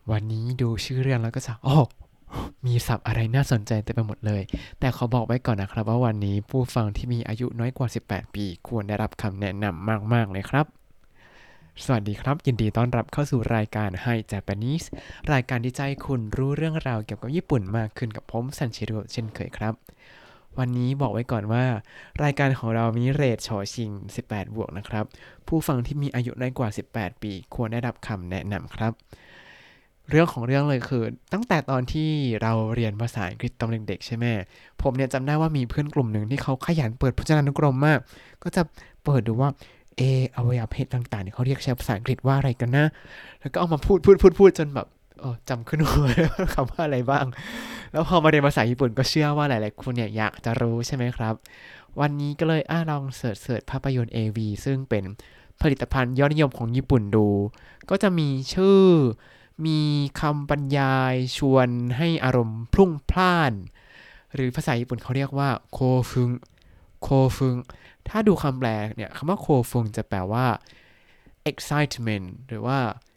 วันนี้ดูชื่อเรื่องแล้วก็จะมีศัพท์อะไรน่าสนใจเต็มไปหมดเลยแต่ขอบอกไว้ก่อนนะครับว่าวันนี้ผู้ฟังที่มีอายุน้อยกว่า18ปีควรได้รับคำแนะนำมากๆเลยครับสวัสดีครับยินดีต้อนรับเข้าสู่รายการ Hi Japanese รายการที่จะให้คุณรู้เรื่องราวเกี่ยวกับญี่ปุ่นมากขึ้นกับผมซันชิโร่เช่นเคยครับวันนี้บอกไว้ก่อนว่ารายการของเรามีเรทฉอชิง18บวกนะครับผู้ฟังที่มีอายุน้อยกว่า18ปีควรได้รับคำแนะนำครับ เรื่องของเรื่องเลยคือตั้งแต่ตอนที่เราเรียนภาษาอังกฤษตอนเด็กๆใช่ไหมผมเนี่ยจำได้ว่ามีเพื่อนกลุ่มหนึ่งที่เขาขยันเปิดพจนานุกรมมากก็จะเปิดดูว่าอวัยวะเพศต่างๆเนี่ยเขาเรียกใช้ภาษาอังกฤษว่าอะไรกันนะแล้วก็เอามาพูดจนแบบจำขึ้นหัวได้ว่าคำว่าอะไรบ้างแล้วพอมาเรียนภาษาญี่ปุ่นก็เชื่อว่าหลายๆคนเนี่ยอยากจะรู้ใช่ไหมครับวันนี้ก็เลยลองเสิร์ชภาพยนตร์ AV ซึ่งเป็นผลิตภัณฑ์ยอดนิยมของญี่ปุ่นดูก็จะมีชื่อ มีคำบรรยายชวนให้อารมณ์พลุ่งพล่านหรือภาษาญี่ปุ่นเขาเรียกว่าโคฟุงโคฟุงถ้าดูคำแปลเนี่ยคำว่าโคฟุงจะแปลว่า excitement หรือว่า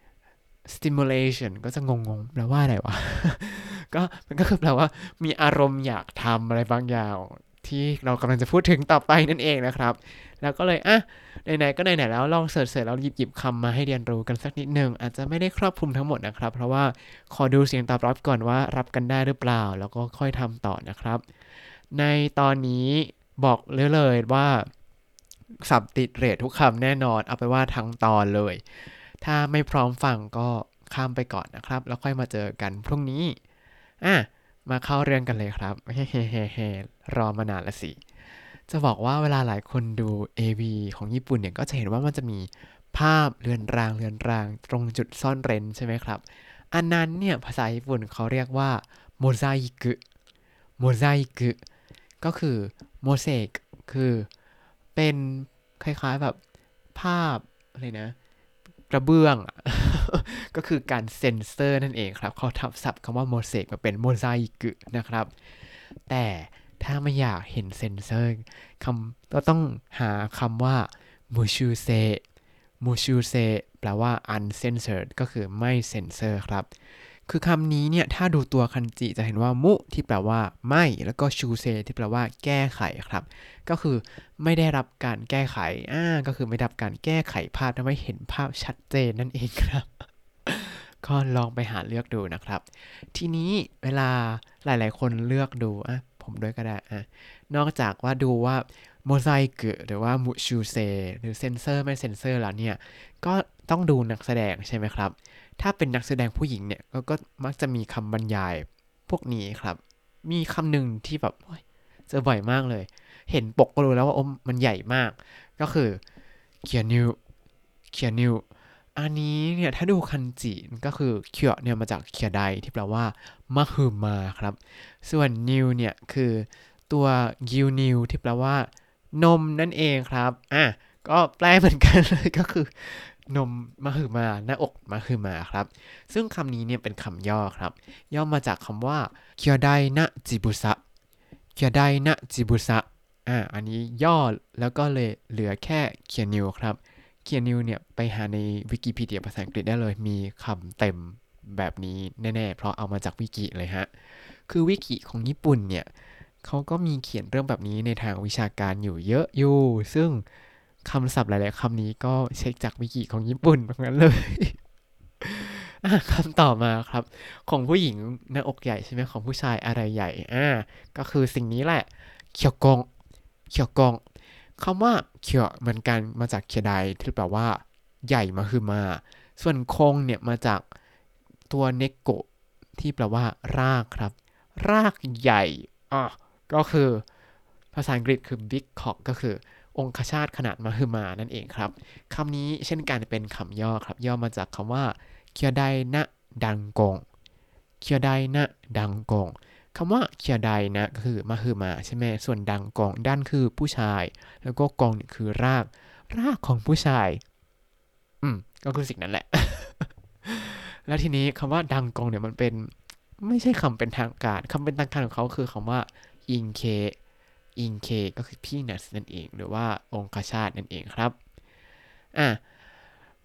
stimulation ก็จะงงๆแปลว่าอะไรวะก็มันก็คือแปลว่ามีอารมณ์อยากทำอะไรบางอย่างที่เรากำลังจะพูดถึงต่อไปนั่นเองนะครับแล้วก็เลยไหนๆก็ไหนๆแล้วลองเสิร์ชแล้วหยิบคำมาให้เรียนรู้กันสักนิดนึงอาจจะไม่ได้ครอบคลุมทั้งหมดนะครับเพราะว่าขอดูเสียงตอบรับก่อนว่ารับกันได้หรือเปล่าแล้วก็ค่อยทำต่อนะครับในตอนนี้บอกเลยว่าสับติดเรททุกคำแน่นอนเอาไปว่าทั้งตอนเลยถ้าไม่พร้อมฟังก็ข้ามไปก่อนนะครับแล้วค่อยมาเจอกันพรุ่งนี้อ่ะมาเข้าเรื่องกันเลยครับเฮ้เฮ้เฮ้เฮ้รอมานานละสิ จะบอกว่าเวลาหลายคนดู AV ของญี่ปุ่นเนี่ยก็จะเห็นว่ามันจะมีภาพเรือนรางตรงจุดซ่อนเร้นใช่ไหมครับอันนั้นเนี่ยภาษาญี่ปุ่นเขาเรียกว่าโมไซกุโมไซกุก็คือโมเสกคือเป็นคล้ายๆแบบภาพอะไรนะกระเบื้องก็คือการเซ็นเซอร์นั่นเองครับเขาทับศัพท์คำว่าโมเสกมาเป็นโมไซกุนะครับ แต่ถ้าไม่อยากเห็นเซนเซอร์ก็ต้องหาคำว่ามูชูเซมูชูเซแปลว่า uncensored ก็คือไม่เซนเซอร์ครับคือคำนี้เนี่ยถ้าดูตัวคันจิจะเห็นว่ามุที่แปลว่าไม่แล้วก็ชูเซที่แปลว่าแก้ไขครับก็คือไม่ได้รับการแก้ไขก็คือไม่ได้รับการแก้ไขภาพทำให้เห็นภาพชัดเจนนั่นเองครับก็ลองไปหาเลือกดูนะครับ ทีนี้เวลาหลายๆคนเลือกดูผมด้วยก็ได้นอกจากว่าดูว่าโมไซค์หรือว่ามูชูเซหรือเซนเซอร์ไม่เซนเซอร์แล้วเนี่ยก็ต้องดูนักแสดงใช่ไหมครับถ้าเป็นนักแสดงผู้หญิงเนี่ยก็มักจะมีคำบรรยายพวกนี้ครับมีคำหนึ่งที่แบบเจอบ่อยมากเลยเห็นปกก็รู้แล้วว่ามันใหญ่มากก็คือเคียนิวเคียนิว อันนี้เนี่ยถ้าดูคันจิก็คือเคียวเนี่ยมาจากเคียไดที่แปลว่ามะฮือมาครับส่วนนิวเนี่ยคือตัวกิวนิวที่แปลว่านมนั่นเองครับก็แปลเหมือนกันเลยก็คือนมมะฮือมาหน้าอกมะฮือมาครับซึ่งคำนี้เนี่ยเป็นคำย่อครับย่อมาจากคำว่าเคียวไดนะจิบุสะเคียวไดนะจิบุสะอันนี้ย่อแล้วก็เลยเหลือแค่เคียนิวครับ เคียนิวเนี่ยไปหาในวิกิพีเดียภาษาอังกฤษได้เลยมีคำเต็มแบบนี้แน่ๆเพราะเอามาจากวิกิเลยฮะคือวิกิของญี่ปุ่นเนี่ยเขาก็มีเขียนเรื่องแบบนี้ในทางวิชาการอยู่เยอะอยู่ซึ่งคำศัพท์หลายๆคำนี้ก็เช็คจากวิกิของญี่ปุ่นเหมือนกันเลยคำต่อมาครับของผู้หญิงหน้าอกใหญ่ใช่ไหมของผู้ชายอะไรใหญ่ก็คือสิ่งนี้แหละเคียวกงเคียวกง คำว่าเคียวเหมือนกันมาจากเคียไดที่แปลว่าใหญ่มาคือมาส่วนคงเนี่ยมาจากตัวเนโกะที่แปลว่ารากครับรากใหญ่ก็คือภาษาอังกฤษคือ big cock ก็คือองคชาตขนาดมหึมานั่นเองครับคำนี้เช่นกันเป็นคำย่อครับย่อมาจากคำว่าเคียวไดนะดังกงเคียวไดนะดังกง คำว่าเคียไดนะก็คือมาคือมาใช่ไหมส่วนดังกองด้านคือผู้ชายแล้วก็กองเนี่ยคือรากของผู้ชายก็คือสิ่งนั้นแหละแล้วทีนี้คำว่าดังกองเนี่ยมันเป็นไม่ใช่คำเป็นทางการคำเป็นทางการของเขาคือคำว่าอิงเคอิงเคก็คือพีนัสนั่นเองหรือว่าองคชาตนั่นเองครับอ่ะ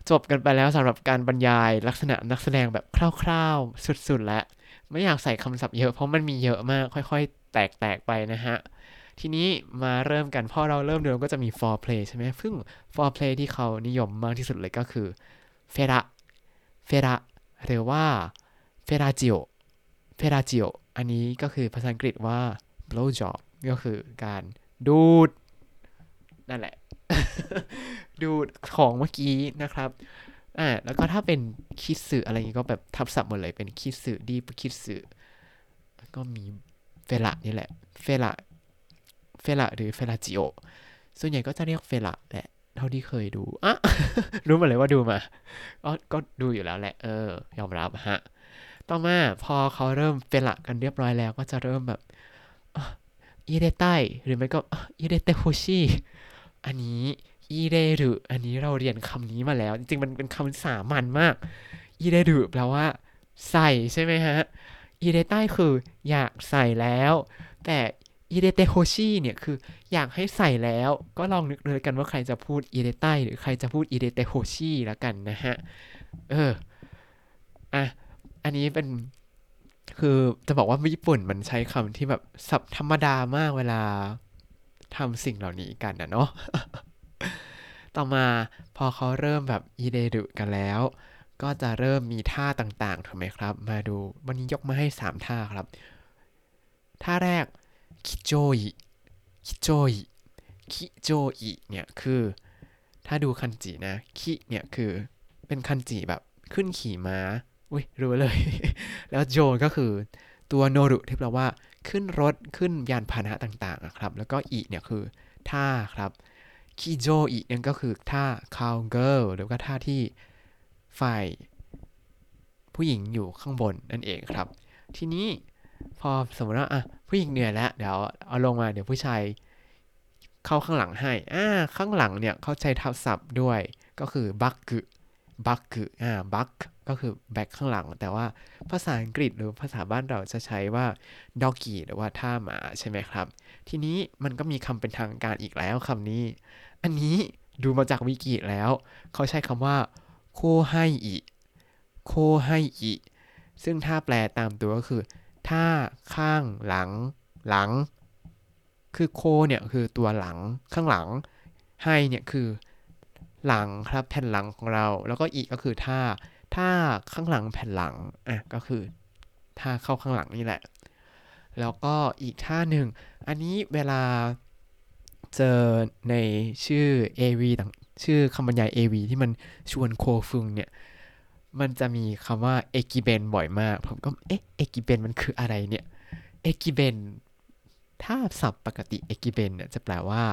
จบกันไปแล้วสำหรับการบรรยายลักษณะนักแสดงแบบคร่าวๆสุดๆแล้วไม่อยากใส่คำศัพท์เยอะเพราะมันมีเยอะมากค่อยๆแตกๆไปนะฮะทีนี้มาเริ่มกันพอเราเริ่มเดิมก็จะมี foreplay ใช่ไหมซึ่ง foreplay ที่เขานิยมมากที่สุดเลยก็คือเฟระเฟระหรือว่าเฟราจิโอเฟราจิโออันนี้ก็คือภาษาอังกฤษว่า blow job ก็คือการดูดนั่นแหละ ดูดของเมื่อกี้นะครับแล้วก็ถ้าเป็นคิดสึอะไรอย่างงี้ก็แบบทับศัพท์หมดเลยเป็นคิดสึดีคิดสึก็มีเฟละนี่แหละเฟละเฟละหรือเฟลาจิโอส่วนใหญ่ก็จะเรียกเฟละแหละเท่าที่เคยดูรู้มาเลยว่าดูมาก็ดูอยู่แล้วแหละยอมรับฮะต่อมาพอเขาเริ่มเฟละกันเรียบร้อยแล้วก็จะเริ่มแบบอิเดไตหรือไม่ก็อิเดเตโฮชิอันนี้อิเดรุอันนี้เราเรียนคำนี้มาแล้วจริงๆมันเป็นคำสามัญมากอิเดรุแปลว่าใส่ใช่ไหมฮะอิเดไตคืออยากใส่แล้วแต่อิเดเตโฮชิเนี่ยคืออยากให้ใส่แล้วก็ลองนึกเลยกันว่าใครจะพูดอิเดไตหรือใครจะพูดอิเดเตโฮชิละกันนะฮะเอออ่ะอันนี้เป็น คือจะบอกว่าญี่ปุ่นมันใช้คำที่แบบสับธรรมดามากเวลาทำสิ่งเหล่านี้กันนะเนาะต่อมาพอเขาเริ่มแบบอีเดดุกันแล้วก็จะเริ่มมีท่าต่างๆถูกไหมครับมาดูวันนี้ยกมาให้3ท่าครับท่าแรกคิโจอิคิโจอิคิโจอิเนี่ยคือถ้าดูคันจินะคิเนี่ยคือเป็นคันจิแบบขึ้นขี่ม้าอุ้ยรู้เลยแล้วโจก็คือตัวโนรุที่แปลว่าขึ้นรถขึ้นยานพาหนะต่างๆนะครับแล้วก็อิเนี่ยคือท่าครับคิโจอินั่นก็คือท่า cowgirl หรือว่าท่าที่ฝ่ายผู้หญิงอยู่ข้างบนนั่นเองครับทีนี้พอสมมติว่าผู้หญิงเหนื่อยแล้วเดี๋ยวเอาลงมาเดี๋ยวผู้ชายเข้าข้างหลังให้ข้างหลังเนี่ยเขาใช้ทับศัพท์ด้วยก็คือบักกึบักกึบักก็คือแบ็คข้างหลังแต่ว่าภาษาอังกฤษหรือภาษาบ้านเราจะใช้ว่าด็อกกี้หรือว่าท่าหมาใช่ไหมครับทีนี้มันก็มีคำเป็นทางการอีกแล้วคำนี้อันนี้ดูมาจากวิกิแล้วเขาใช้คำว่าโคไฮอิโคไฮอิซึ่งถ้าแปลตามตัวก็คือท่าข้างหลังหลังคือโคเนี่ยคือตัวหลังข้างหลังไฮเนี่ยคือหลังครับแผ่นหลังของเราแล้วก็อีก็คือท่าข้างหลังแผ่นหลังก็คือท่าเข้าข้างหลังนี่แหละแล้วก็อีกท่าหนึ่งอันนี้เวลาเจอในชื่อ AV ต่างชื่อคำบรรยาย AV ที่มันชวนโคฟึงเนี่ยมันจะมีคำว่าเอกิเบนบ่อยมากผมก็เอกิเบนมันคืออะไรเนี่ยเอกิเบนถ้าศัพท์ปกติเอกิเบนเนี่ยจะแปลว่า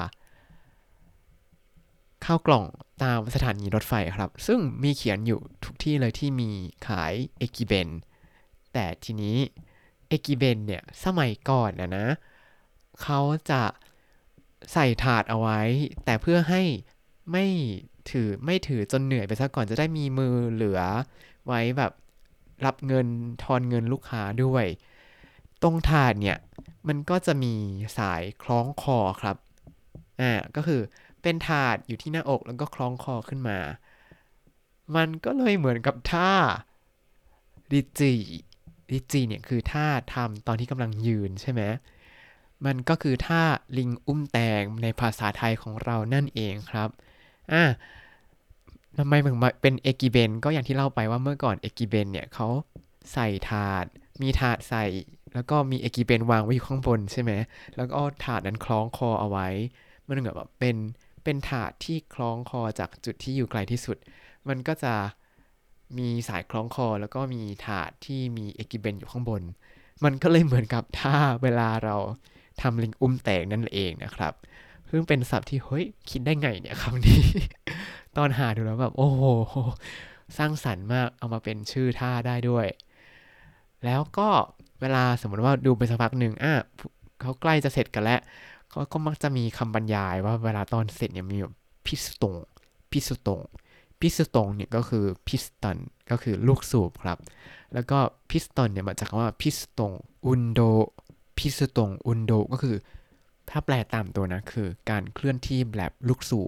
ข้าวกล่องตามสถานีรถไฟครับซึ่งมีเขียนอยู่ทุกที่เลยที่มีขายเอกิเบนแต่ทีนี้เอกิเบนเนี่ยสมัยก่อนนะเขาจะใส่ถาดเอาไว้แต่เพื่อให้ไม่ไม่ถือจนเหนื่อยไปซะก่อนจะได้มีมือเหลือไว้แบบรับเงินทอนเงินลูกค้าด้วยตรงถาดเนี่ยมันก็จะมีสายคล้องคอครับก็คือเป็นถาดอยู่ที่หน้าอกแล้วก็คล้องคอขึ้นมามันก็เลยเหมือนกับท่าริจิริจิเนี่ยคือท่าทำตอนที่กำลังยืนใช่ไหม มันก็คือท่าลิงอุ้มแตงในภาษาไทยของเรานั่นเองครับอ่ะทำไมถึงมาเป็นเอกิเบนก็อย่างที่เล่าไปว่าเมื่อก่อนเอกิเบนเนี่ยเขาใส่ถาดมีถาดใส่แล้วก็มีเอกิเบนวางไว้อยู่ข้างบนใช่ไหมแล้วก็เอาถาดนั้นคล้องคอเอาไว้มันเหมือนแบบเป็นถาดที่คล้องคอจากจุดที่อยู่ไกลที่สุดมันก็จะมีสายคล้องคอแล้วก็มีถาดที่มีเอกิเบนอยู่ข้างบนมันก็เลยเหมือนกับท่าเวลาเราทำลิงอุ้มแตกนั่นเองนะครับซึ่งเป็นศัพท์ที่เฮ้ยคิดได้ไงเนี่ยคำนี้ ตอนหาดูแล้วแบบโอ้โหสร้างสรรค์มากเอามาเป็นชื่อท่าได้ด้วยแล้วก็เวลาสมมติว่าดูไปสักพักหนึ่งเขาใกล้จะเสร็จกันแล้วเขาก็มักจะมีคำบรรยายว่าเวลาตอนเสร็จเนี่ยมีแบบพิสตงพิสตงพิสตงเนี่ยก็คือพิสตันก็คือลูกสูบครับแล้วก็พิสตอนเนี่ยมาจากคำว่าพิสตงอุนโดพิสตงอุนโดก็คือถ้าแปลตามตัวนะคือการเคลื่อนที่แบบลูกสูบ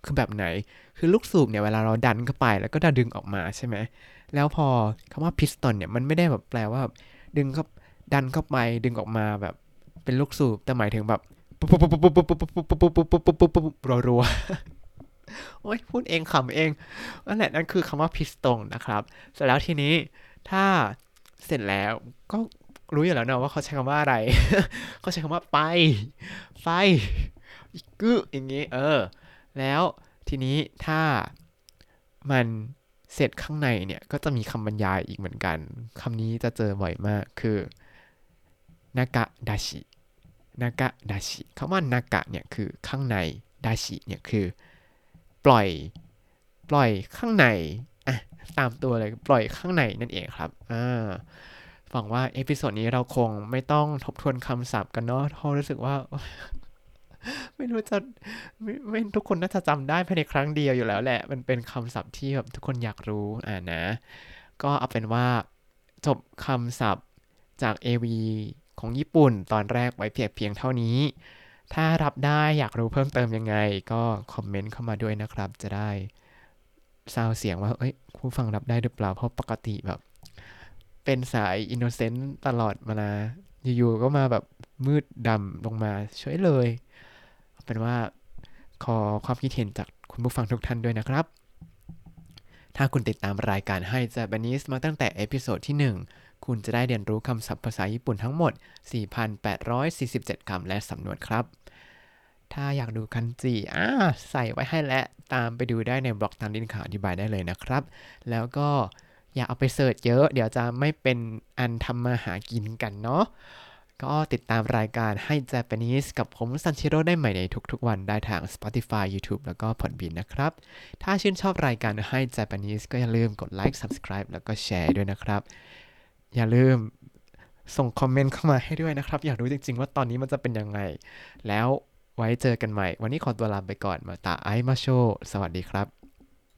คือแบบไหนคือลูกสูบเนี่ยเวลาเราดันเข้าไปแล้วก็ดึงออกมาใช่ไหมแล้วพอคำว่า piston เนี่ยมันไม่ได้แบบแปลว่าดึงเข้าดันเข้าไปดึงออกมาแบบเป็นลูกสูบแต่หมายถึงแบบปุ๊บปุ๊บปุ๊บปุ๊บปุ๊บปุ๊บปุ๊บปุ๊บปุ๊บปุ๊บปุ๊บปุ๊บรัวๆโอ๊ยพูดเองขำเองนั่นแหละนั่นคือคำว่า piston นะครับเสร็จแล้วทีนี้ถ้าเสร็จแล้วก็รู้อยู่แล้วนะว่าเขาใช้คำว่าอะไรเขาใช้คำว่าไปไฟกึอย่างงี้แล้วทีนี้ถ้ามันเสร็จข้างในเนี่ยก็จะมีคำบรรยายอีกเหมือนกันคำนี้จะเจอบ่อยมากคือนากะดาชินากะดาชิคำว่านากะเนี่ยคือข้างในดาชิเนี่ยคือปล่อยข้างในอ่ะตามตัวเลยปล่อยข้างในนั่นเองครับหวังว่าเอพิโซดนี้เราคงไม่ต้องทบทวนคำศัพท์กันเนาะเพราะรู้สึกว่าไม่รู้จะไม่ทุกคนน่าจะจำได้ภายในครั้งเดียวอยู่แล้วแหละมันเป็นคำศัพท์ที่แบบทุกคนอยากรู้นะก็เอาเป็นว่าจบคำศัพท์จาก AV ของญี่ปุ่นตอนแรกไว้เพียงเท่านี้ถ้ารับได้อยากรู้เพิ่มเติมยังไงก็คอมเมนต์เข้ามาด้วยนะครับจะได้ซาวเสียงว่าเอ้ยผู้ฟังรับได้หรือเปล่าเพราะปกติแบบเป็นสายอินโนเซนต์ตลอดมานะอยู่ๆก็มาแบบมืดดำลงมาช่วยเลยเอาเป็นว่าขอความคิดเห็นจากคุณผู้ฟังทุกท่านด้วยนะครับถ้าคุณติดตามรายการให้ Japanese มาตั้งแต่เอพิโซดที่1คุณจะได้เรียนรู้คำศัพท์ภาษาญี่ปุ่นทั้งหมด 4,847 คำและสำนวนครับถ้าอยากดูคันจิใส่ไว้ให้และตามไปดูได้ในบล็อกตามลิงก์ข่าวอธิบายได้เลยนะครับแล้วก็อย่าเอาไปเสิร์ชเยอะเดี๋ยวจะไม่เป็นอันทำมาหากินกันเนาะก็ติดตามรายการให้ Japanese กับผมซันชิโร่ได้ใหม่ในทุกๆวันได้ทาง Spotify YouTube แล้วก็ Podbean นะครับถ้าชื่นชอบรายการให้ Japanese ก็อย่าลืมกดไลค์ Subscribe แล้วก็แชร์ด้วยนะครับอย่าลืมส่งคอมเมนต์เข้ามาให้ด้วยนะครับอยากรู้จริงๆว่าตอนนี้มันจะเป็นยังไงแล้วไว้เจอกันใหม่วันนี้ขอตัวลาไปก่อนมาตาไอมาโชสวัสดีครับ